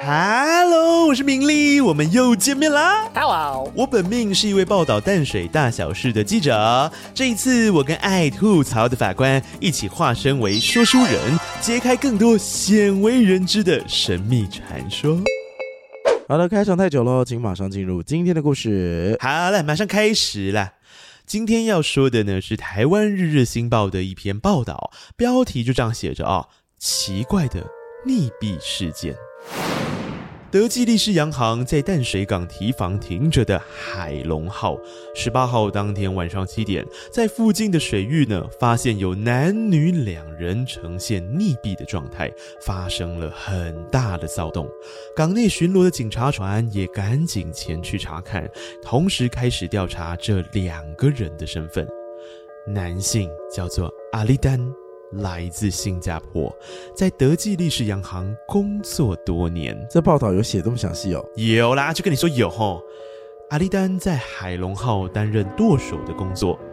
Hello， 我是明丽，我们又见面啦。 Hello， 我本命是一位报道淡水大小事的记者，这一次我跟爱吐槽的法官一起化身为说书人，揭开更多鲜为人知的神秘传说。 好了，开场太久了，请马上进入今天的故事。 好了，马上开始啦。今天要说的呢是台湾日日新报的一篇报道，标题就这样写着啊，奇怪的溺毙事件。德记利士洋行在淡水港堤防停着的海龙号，18号当天晚上7点，在附近的水域呢，发现有男女2人呈现溺毙的状态，发生了很大的骚动。港内巡逻的警察船也赶紧前去查看，同时开始调查这2个人的身份。男性叫做阿利丹，来自新加坡，在德记利士洋行工作多年。 这报道有写这么详细哦？ 有啦，就跟你说有齁。阿利丹在海龙号担任舵手的工作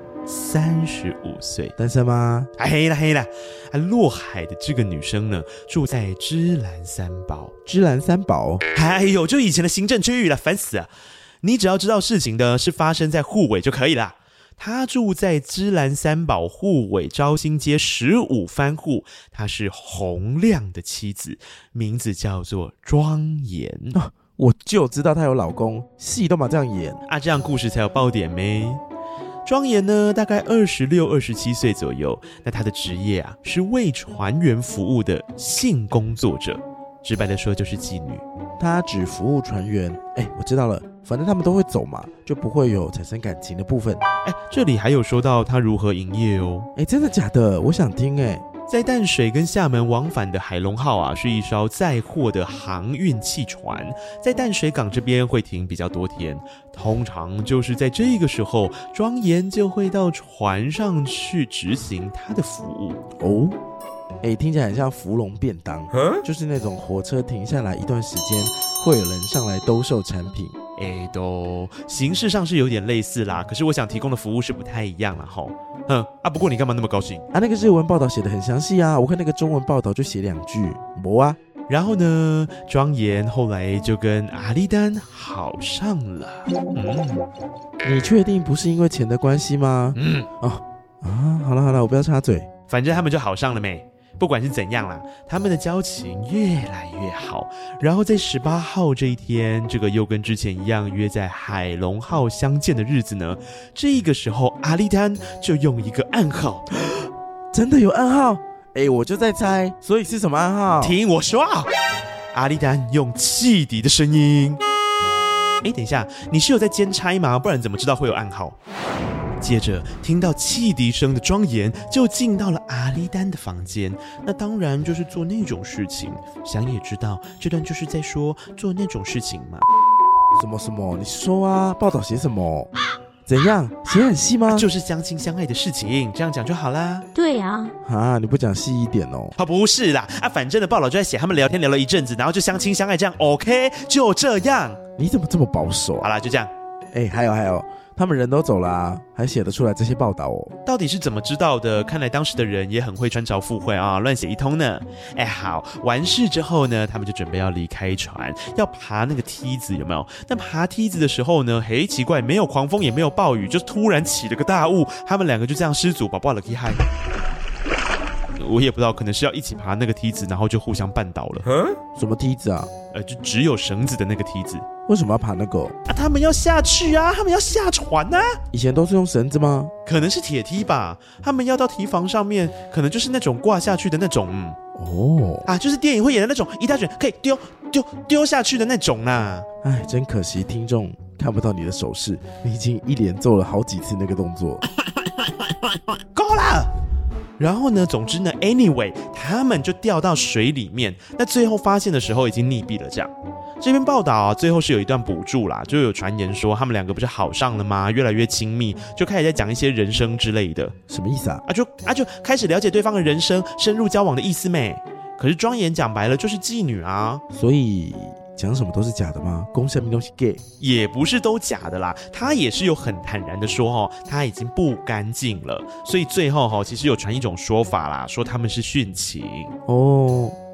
，35岁， 单身吗？ 黑啦。落海的这个女生呢，住在芝兰三堡。 芝兰三堡？ 哎呦，就以前的行政区域了，烦死了。你只要知道事情的是发生在互尾就可以啦。他住在芝兰三堡互尾昭新街15番户，他是洪亮的妻子，名字叫做庄严。 我就知道她有老公，戏都嘛这样演啊，这样故事才有爆点咩？庄严呢，大概26、27岁左右，那他的职业啊是为船员服务的性工作者，直白的说就是妓女。 她只服务船员。我知道了，反正他们都会走嘛，就不会有产生感情的部分。 这里还有说到他如何营业哦。 真的假的？我想听。 在淡水跟厦门往返的海龙号啊，是一艘载货的航运汽船，在淡水港这边会停比较多天，通常就是在这个时候，庄严就会到船上去执行他的服务哦。听起来很像福隆便当，就是那种火车停下来一段时间，会有人上来兜售产品。 都形式上是有点类似啦，可是我想提供的服务是不太一样啦齁。不过你干嘛那么高兴啊？那个日文报道写得很详细啊，我看那个中文报道就写2句，没啊。 然后呢，庄严后来就跟阿利丹好上了。 你确定不是因为钱的关系吗？好了，我不要插嘴。 反正他们就好上了没？不管是怎样啦，他们的交情越来越好。然后在18号这一天，这个又跟之前一样约在海龙号相见的日子呢，这个时候阿利丹就用一个暗号。 真的有暗号？我就在猜，所以是什么暗号？ 听我说啊！阿利丹用汽笛的声音。等一下，你是有在兼差吗？不然怎么知道会有暗号？接着听到汽笛声的庄严就进到了阿利丹的房间，那当然就是做那种事情。想也知道这段就是在说做那种事情嘛。 什么？你说啊，报道写什么？怎样？写很细吗？ 就是相亲相爱的事情，这样讲就好啦。 对啊。 你不讲细一点哦？ 不是啦，反正的报道就在写他们聊天聊了一阵子，然后就相亲相爱，这样 OK， 就这样。 你怎么这么保守啊？ 好啦，就这样。 还有，他们人都走了啊，还写得出来这些报道哦？ 到底是怎么知道的？看来当时的人也很会穿凿附会啊，乱写一通呢。好，完事之后呢，他们就准备要离开船，要爬那个梯子，有没有？那爬梯子的时候呢，奇怪，没有狂风也没有暴雨，就突然起了个大雾，他们2个就这样失足，宝宝了，厉害。我也不知道，可能是要一起爬那个梯子，然后就互相绊倒了。 什么梯子啊？ 就只有绳子的那个梯子。 为什么要爬那个？ 他们要下去啊，他们要下船啊。 以前都是用绳子吗？ 可能是铁梯吧。他们要到堤防上面，可能就是那种挂下去的那种。就是电影会演的那种一大卷可以丢下去的那种啦。 真可惜听众看不到你的手势，你已经一连做了好几次那个动作。 够了。然后呢，总之呢 ，anyway， 他们就掉到水里面。那最后发现的时候已经溺毙了。这样，这篇报道啊，最后是有一段补助啦，就有传言说他们2个不是好上了吗？越来越亲密，就开始在讲一些人生之类的。 什么意思啊？ 就开始了解对方的人生，深入交往的意思没？可是庄严讲白了就是妓女啊， 所以讲什么都是假的吗？公什么东西 gay 也不是都假的啦，他也是有很坦然的说他已经不干净了，所以最后其实有传一种说法啦，说他们是殉情。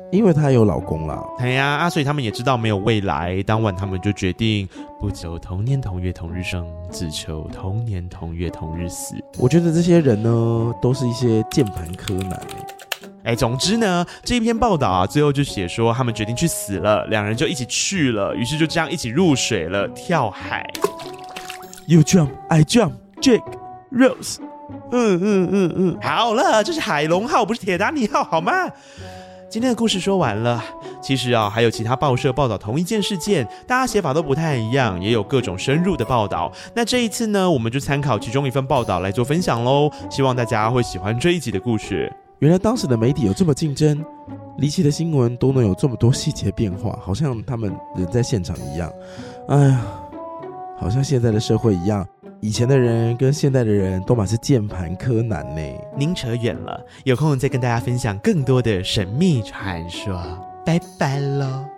因为她有老公啦。 哎呀所以他们也知道没有未来，当晚他们就决定不求同年同月同日生，只求同年同月同日死。 我觉得这些人呢，都是一些键盘柯南总之呢，这一篇报道最后就写说他们决定去死了，两人就一起去了，于是就这样一起入水了，跳海。 You jump, I jump, Jake, Rose。 好了，这是海龙号，不是铁达尼号，好吗？今天的故事说完了。其实还有其他报社报道同一件事件，大家写法都不太一样，也有各种深入的报道。那这一次呢，我们就参考其中一份报道来做分享咯，希望大家会喜欢这一集的故事。 原来当时的媒体有这么竞争，离奇的新闻都能有这么多细节变化，好像他们人在现场一样。哎呀，好像现在的社会一样，以前的人跟现在的人都满是键盘柯南呢。 您扯远了，有空再跟大家分享更多的神秘传说。拜拜咯。